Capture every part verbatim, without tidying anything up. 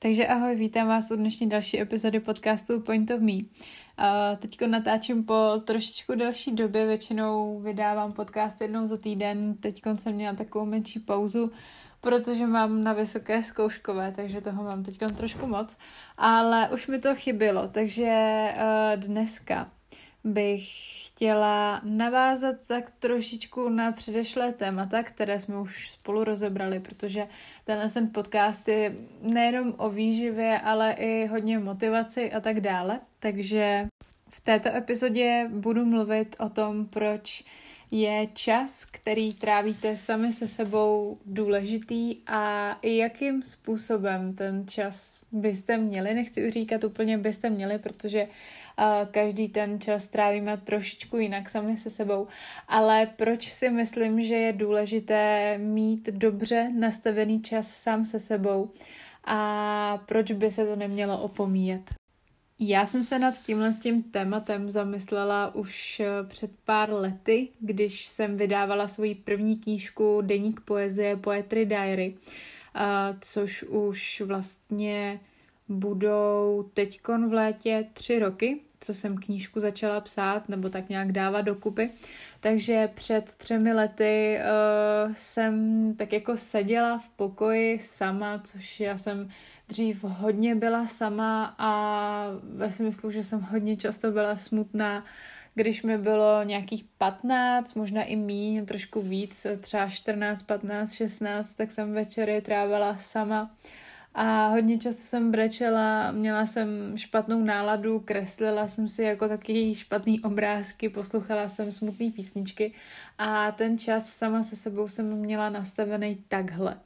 Takže ahoj, vítám vás u dnešní další epizody podcastu Point of Me. Uh, teďko natáčím po trošičku delší době, většinou vydávám podcast jednou za týden, teďko jsem měla takovou menší pauzu, protože mám na vysoké zkouškové, takže toho mám teďko trošku moc, ale už mi to chybělo, takže uh, dneska bych chtěla navázat tak trošičku na předešlé témata, které jsme už spolu rozebrali, protože tenhle ten podcast je nejenom o výživě, ale i hodně motivaci a tak dále. Takže v této epizodě budu mluvit o tom, proč je čas, který trávíte sami se sebou, důležitý a i jakým způsobem ten čas byste měli. Nechci říkat úplně byste měli, protože uh, každý ten čas trávíme trošičku jinak sami se sebou, ale proč si myslím, že je důležité mít dobře nastavený čas sám se sebou a proč by se to nemělo opomíjet. Já jsem se nad tímhle s tím tématem zamyslela už před pár lety, když jsem vydávala svoji první knížku Deník poezie Poetry Diary, což už vlastně budou teďkon v létě tři roky, co jsem knížku začala psát nebo tak nějak dávat dokupy. Takže před třemi lety uh, jsem tak jako seděla v pokoji sama, což já jsem dřív hodně byla sama a ve smyslu, že jsem hodně často byla smutná, když mi bylo nějakých patnáct, možná i míň, trošku víc, třeba čtrnáct, patnáct, šestnáct, tak jsem večery trávila sama a hodně často jsem brečela, měla jsem špatnou náladu, kreslila jsem si jako taky špatný obrázky, poslouchala jsem smutné písničky a ten čas sama se sebou jsem měla nastavený takhle,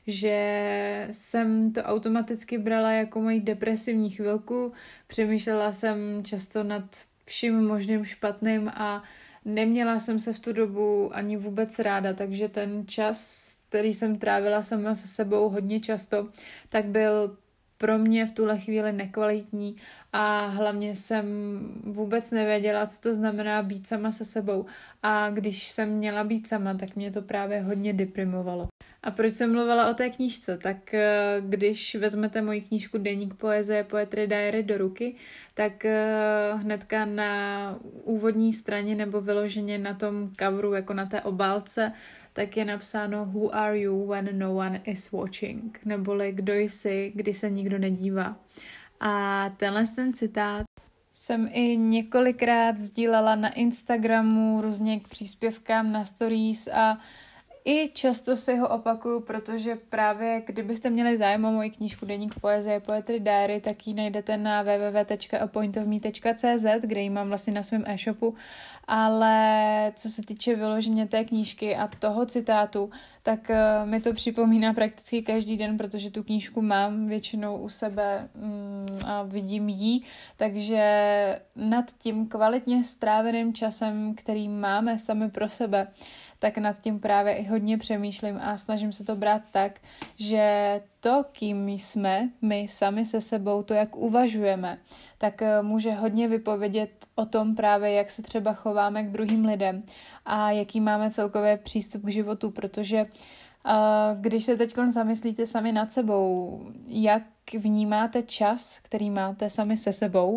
že jsem to automaticky brala jako moji depresivní chvilku, přemýšlela jsem často nad vším možným špatným a neměla jsem se v tu dobu ani vůbec ráda, takže ten čas, který jsem trávila sama se sebou hodně často, tak byl pro mě v tuhle chvíli nekvalitní a hlavně jsem vůbec nevěděla, co to znamená být sama se sebou. A když jsem měla být sama, tak mě to právě hodně deprimovalo. A proč jsem mluvila o té knížce? Tak když vezmete moji knížku Deník poezie Poetry Diary do ruky, tak hnedka na úvodní straně nebo vyloženě na tom coveru, jako na té obálce, tak je napsáno Who are you when no one is watching? Neboli kdo jsi, kdy se nikdo nedívá. A tenhle ten citát jsem i několikrát sdílela na Instagramu, různě k příspěvkám na stories a i často si ho opakuju, protože právě kdybyste měli zájem o moji knížku Deník poezie Poetry Diary, tak ji najdete na w w w tečka a point of me tečka c z, kde ji mám vlastně na svém e-shopu, ale co se týče vyloženě té knížky a toho citátu, tak uh, mi to připomíná prakticky každý den, protože tu knížku mám většinou u sebe mm, a vidím ji, takže nad tím kvalitně stráveným časem, který máme sami pro sebe, tak nad tím právě i hodně přemýšlím a snažím se to brát tak, že to, kým jsme, my sami se sebou, to, jak uvažujeme, tak může hodně vypovědět o tom právě, jak se třeba chováme k druhým lidem a jaký máme celkově přístup k životu, protože uh, když se teď zamyslíte sami nad sebou, jak vnímáte čas, který máte sami se sebou,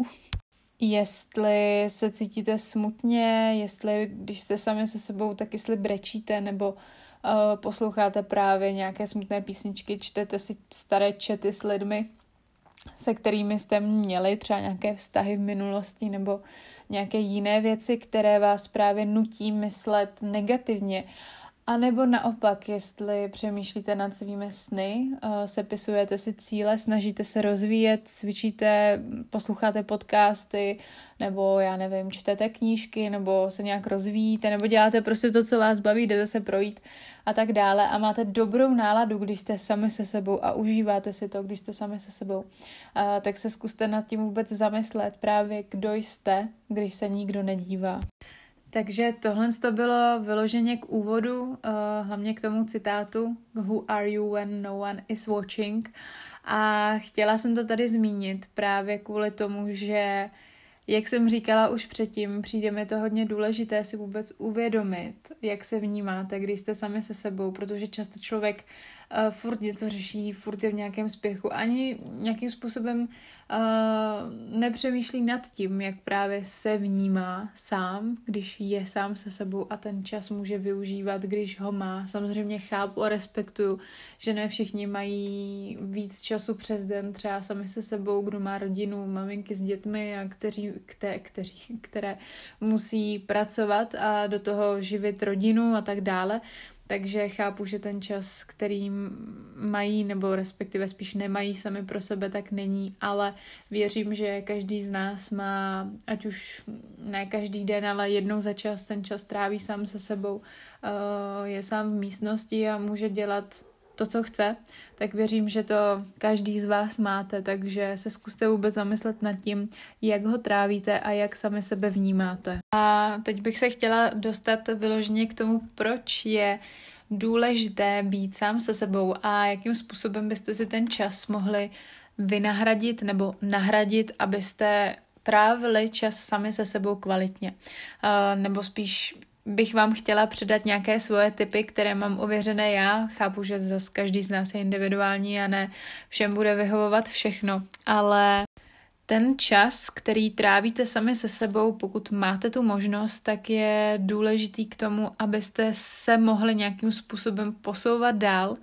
jestli se cítíte smutně, jestli když jste sami se sebou, tak jestli brečíte nebo uh, posloucháte právě nějaké smutné písničky, čtete si staré chaty s lidmi, se kterými jste měli třeba nějaké vztahy v minulosti nebo nějaké jiné věci, které vás právě nutí myslet negativně. A nebo naopak, jestli přemýšlíte nad svými sny, sepisujete si cíle, snažíte se rozvíjet, cvičíte, posloucháte podcasty, nebo já nevím, čtete knížky, nebo se nějak rozvíjíte, nebo děláte prostě to, co vás baví, jdete se projít a tak dále a máte dobrou náladu, když jste sami se sebou a užíváte si to, když jste sami se sebou, a tak se zkuste nad tím vůbec zamyslet právě, kdo jste, když se nikdo nedívá. Takže tohle to bylo vyloženě k úvodu, uh, hlavně k tomu citátu Who are you when no one is watching? A chtěla jsem to tady zmínit právě kvůli tomu, že jak jsem říkala už předtím, přijde mi to hodně důležité si vůbec uvědomit, jak se vnímáte, když jste sami se sebou, protože často člověk uh, furt něco řeší, furt je v nějakém spěchu, ani nějakým způsobem uh, nepřemýšlí nad tím, jak právě se vnímá sám, když je sám se sebou a ten čas může využívat, když ho má. Samozřejmě chápu a respektuju, že ne všichni mají víc času přes den, třeba sami se sebou, kdo má rodinu, maminky s dětmi a kteří, které, kteří, které musí pracovat a do toho živit rodinu a tak dále. Takže chápu, že ten čas, který mají, nebo respektive spíš nemají sami pro sebe, tak není, ale věřím, že každý z nás má, ať už ne každý den, ale jednou za čas ten čas tráví sám se sebou, je sám v místnosti a může dělat to, co chce, tak věřím, že to každý z vás máte, takže se zkuste vůbec zamyslet nad tím, jak ho trávíte a jak sami sebe vnímáte. A teď bych se chtěla dostat vyloženě k tomu, proč je důležité být sám se sebou a jakým způsobem byste si ten čas mohli vynahradit nebo nahradit, abyste trávili čas sami se sebou kvalitně. Uh, nebo spíš bych vám chtěla předat nějaké svoje tipy, které mám ověřené já. Chápu, že zase každý z nás je individuální a ne všem bude vyhovovat všechno, ale ten čas, který trávíte sami se sebou, pokud máte tu možnost, tak je důležitý k tomu, abyste se mohli nějakým způsobem posouvat dál,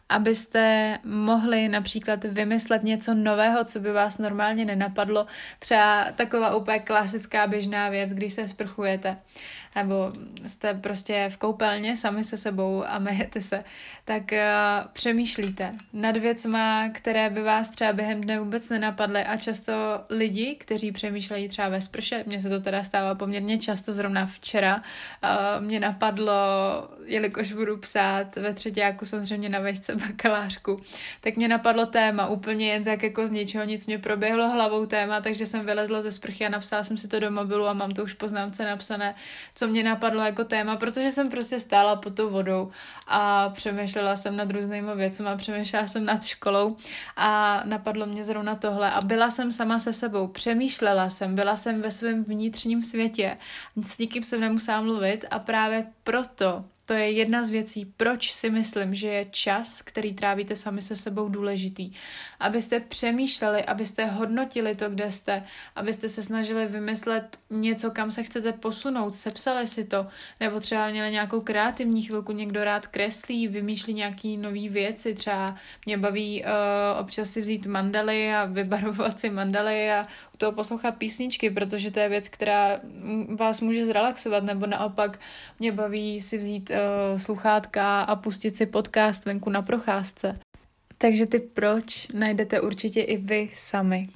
abyste mohli například vymyslet něco nového, co by vás normálně nenapadlo. Třeba taková úplně klasická běžná věc, když se sprchujete, nebo jste prostě v koupelně sami se sebou a myjete se, tak uh, přemýšlíte nad věcma, které by vás třeba během dne vůbec nenapadly a často lidi, kteří přemýšlejí třeba ve sprše, mně se to teda stává poměrně často, zrovna včera uh, mě napadlo, jelikož budu psát ve třetíku samozřejmě na vejšce bakalářku, tak mě napadlo téma úplně jen tak jako z ničeho nic, mě proběhlo hlavou téma, takže jsem vylezla ze sprchy a napsala jsem si to do mobilu a mám to už v poznámce napsané, co mě napadlo jako téma, protože jsem prostě stála pod tou vodou a přemýšlela jsem nad různými věcmi, přemýšlela jsem nad školou a napadlo mě zrovna tohle a byla jsem sama se sebou, přemýšlela jsem, byla jsem ve svém vnitřním světě, s nikým jsem nemusela mluvit a právě proto to je jedna z věcí, proč si myslím, že je čas, který trávíte sami se sebou, důležitý. Abyste přemýšleli, abyste hodnotili to, kde jste, abyste se snažili vymyslet něco, kam se chcete posunout, sepsali si to, nebo třeba měli nějakou kreativní chvilku, někdo rád kreslí, vymýšlí nějaký nový věci, třeba mě baví uh, občas si vzít mandaly a vybarvovat si mandaly a u toho poslouchat písničky, protože to je věc, která vás může zrelaxovat, nebo naopak mě baví si vzít uh, sluchátka a pustit si podcast venku na procházce. Takže ty proč najdete určitě i vy sami.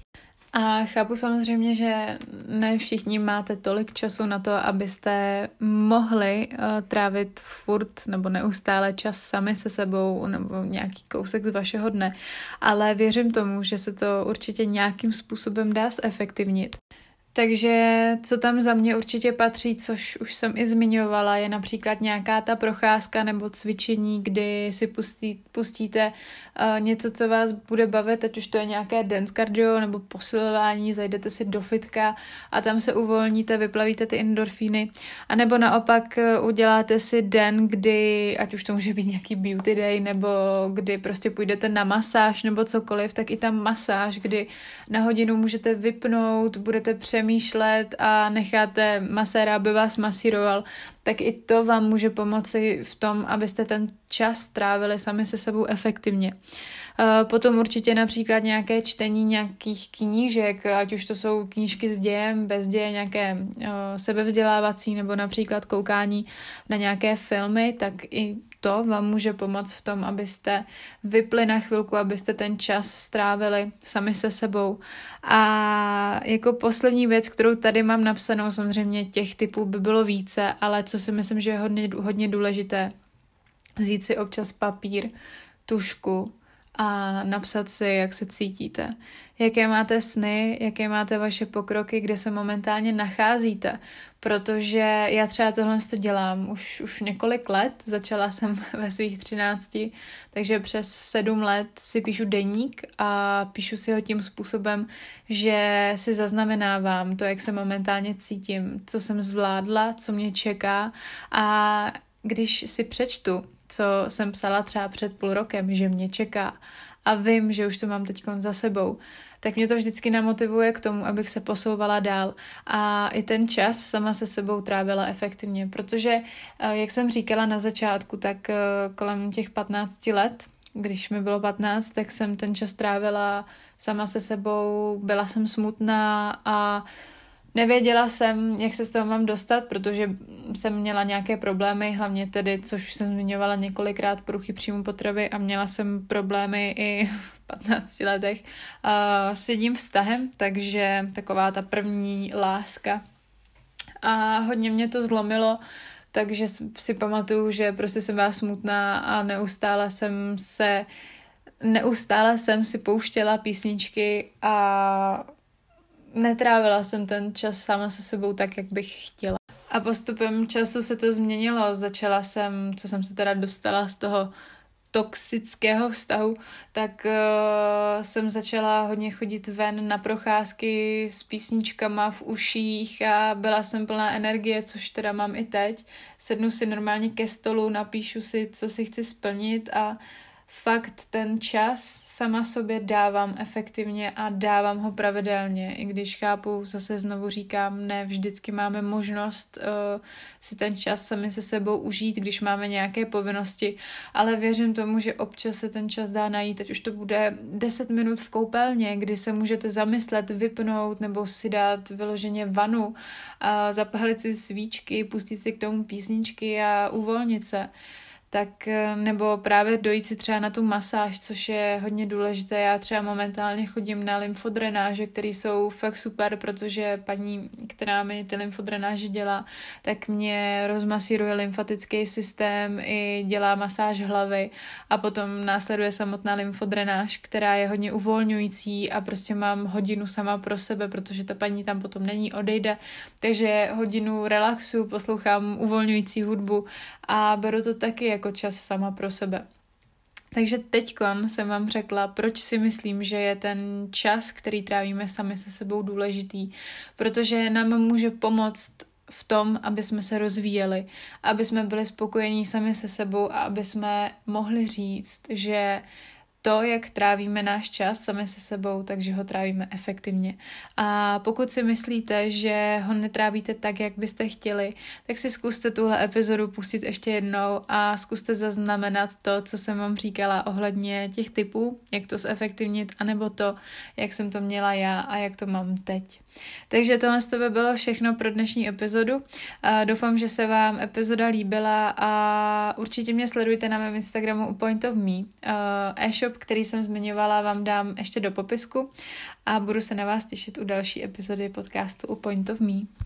A chápu samozřejmě, že ne všichni máte tolik času na to, abyste mohli uh, trávit furt nebo neustále čas sami se sebou nebo nějaký kousek z vašeho dne, ale věřím tomu, že se to určitě nějakým způsobem dá zefektivnit. Takže co tam za mě určitě patří, což už jsem i zmiňovala, je například nějaká ta procházka nebo cvičení, kdy si pustí, pustíte uh, něco, co vás bude bavit, ať už to je nějaké dance cardio nebo posilování, zajdete si do fitka a tam se uvolníte, vyplavíte ty endorfíny, a nebo naopak uh, uděláte si den, kdy, ať už to může být nějaký beauty day, nebo kdy prostě půjdete na masáž nebo cokoliv, tak i ta masáž, kdy na hodinu můžete vypnout, budete přemýšlet přemýšlet a necháte maséra, aby vás masíroval, tak i to vám může pomoci v tom, abyste ten čas trávili sami se sebou efektivně. Potom určitě například nějaké čtení nějakých knížek, ať už to jsou knížky s dějem, bez děje, nějaké sebevzdělávací nebo například koukání na nějaké filmy, tak i to vám může pomoct v tom, abyste vypli na chvilku, abyste ten čas strávili sami se sebou. A jako poslední věc, kterou tady mám napsanou, samozřejmě těch typů by bylo více, ale co si myslím, že je hodně, hodně důležité, vzít si občas papír, tužku a napsat si, jak se cítíte. Jaké máte sny, jaké máte vaše pokroky, kde se momentálně nacházíte. Protože já třeba tohle to dělám už, už několik let, začala jsem ve svých třinácti, takže přes sedm let si píšu deník a píšu si ho tím způsobem, že si zaznamenávám to, jak se momentálně cítím, co jsem zvládla, co mě čeká, a když si přečtu co jsem psala třeba před půl rokem, že mě čeká a vím, že už to mám teď za sebou, tak mě to vždycky namotivuje k tomu, abych se posouvala dál. A i ten čas sama se sebou trávila efektivně, protože, jak jsem říkala na začátku, tak kolem těch patnácti let, když mi bylo patnáct, tak jsem ten čas trávila sama se sebou, byla jsem smutná a nevěděla jsem, jak se z toho mám dostat, protože jsem měla nějaké problémy, hlavně tedy, což už jsem zmiňovala několikrát, poruchy příjmu potravy a měla jsem problémy i v patnácti letech uh, s jedním vztahem, takže taková ta první láska. A hodně mě to zlomilo, takže si pamatuju, že prostě jsem byla smutná a neustále jsem se, neustále jsem si pouštěla písničky a netrávila jsem ten čas sama se sebou tak, jak bych chtěla. A postupem času se to změnilo. Začala jsem, co jsem se teda dostala z toho toxického vztahu, tak uh, jsem začala hodně chodit ven na procházky s písničkama v uších a byla jsem plná energie, což teda mám i teď. Sednu si normálně ke stolu, napíšu si, co si chci splnit a fakt ten čas sama sobě dávám efektivně a dávám ho pravidelně, i když chápu, zase znovu říkám, ne vždycky máme možnost uh, si ten čas sami se sebou užít, když máme nějaké povinnosti, ale věřím tomu, že občas se ten čas dá najít, teď už to bude deset minut v koupelně, kdy se můžete zamyslet, vypnout nebo si dát vyloženě vanu, uh, zapálit si svíčky, pustit si k tomu písničky a uvolnit se. Tak nebo právě dojít si třeba na tu masáž, což je hodně důležité. Já třeba momentálně chodím na lymfodrenáže, které jsou fakt super, protože paní, která mi ty lymfodrenáže dělá, tak mě rozmasíruje lymfatický systém i dělá masáž hlavy a potom následuje samotná lymfodrenáž, která je hodně uvolňující a prostě mám hodinu sama pro sebe, protože ta paní tam potom není, odejde, takže hodinu relaxuju, poslouchám uvolňující hudbu a beru to taky jako čas sama pro sebe. Takže teďkon jsem vám řekla, proč si myslím, že je ten čas, který trávíme sami se sebou, důležitý. Protože nám může pomoct v tom, aby jsme se rozvíjeli, aby jsme byli spokojení sami se sebou a aby jsme mohli říct, že to, jak trávíme náš čas sami se sebou, takže ho trávíme efektivně. A pokud si myslíte, že ho netrávíte tak, jak byste chtěli, tak si zkuste tuhle epizodu pustit ještě jednou a zkuste zaznamenat to, co jsem vám říkala ohledně těch typů, jak to zefektivnit, anebo to, jak jsem to měla já a jak to mám teď. Takže tohle z tebe bylo všechno pro dnešní epizodu. A doufám, že se vám epizoda líbila a určitě mě sledujte na mém Instagramu u Point of Me. E-shop, který jsem zmiňovala, vám dám ještě do popisku a budu se na vás těšit u další epizody podcastu u Point of Me.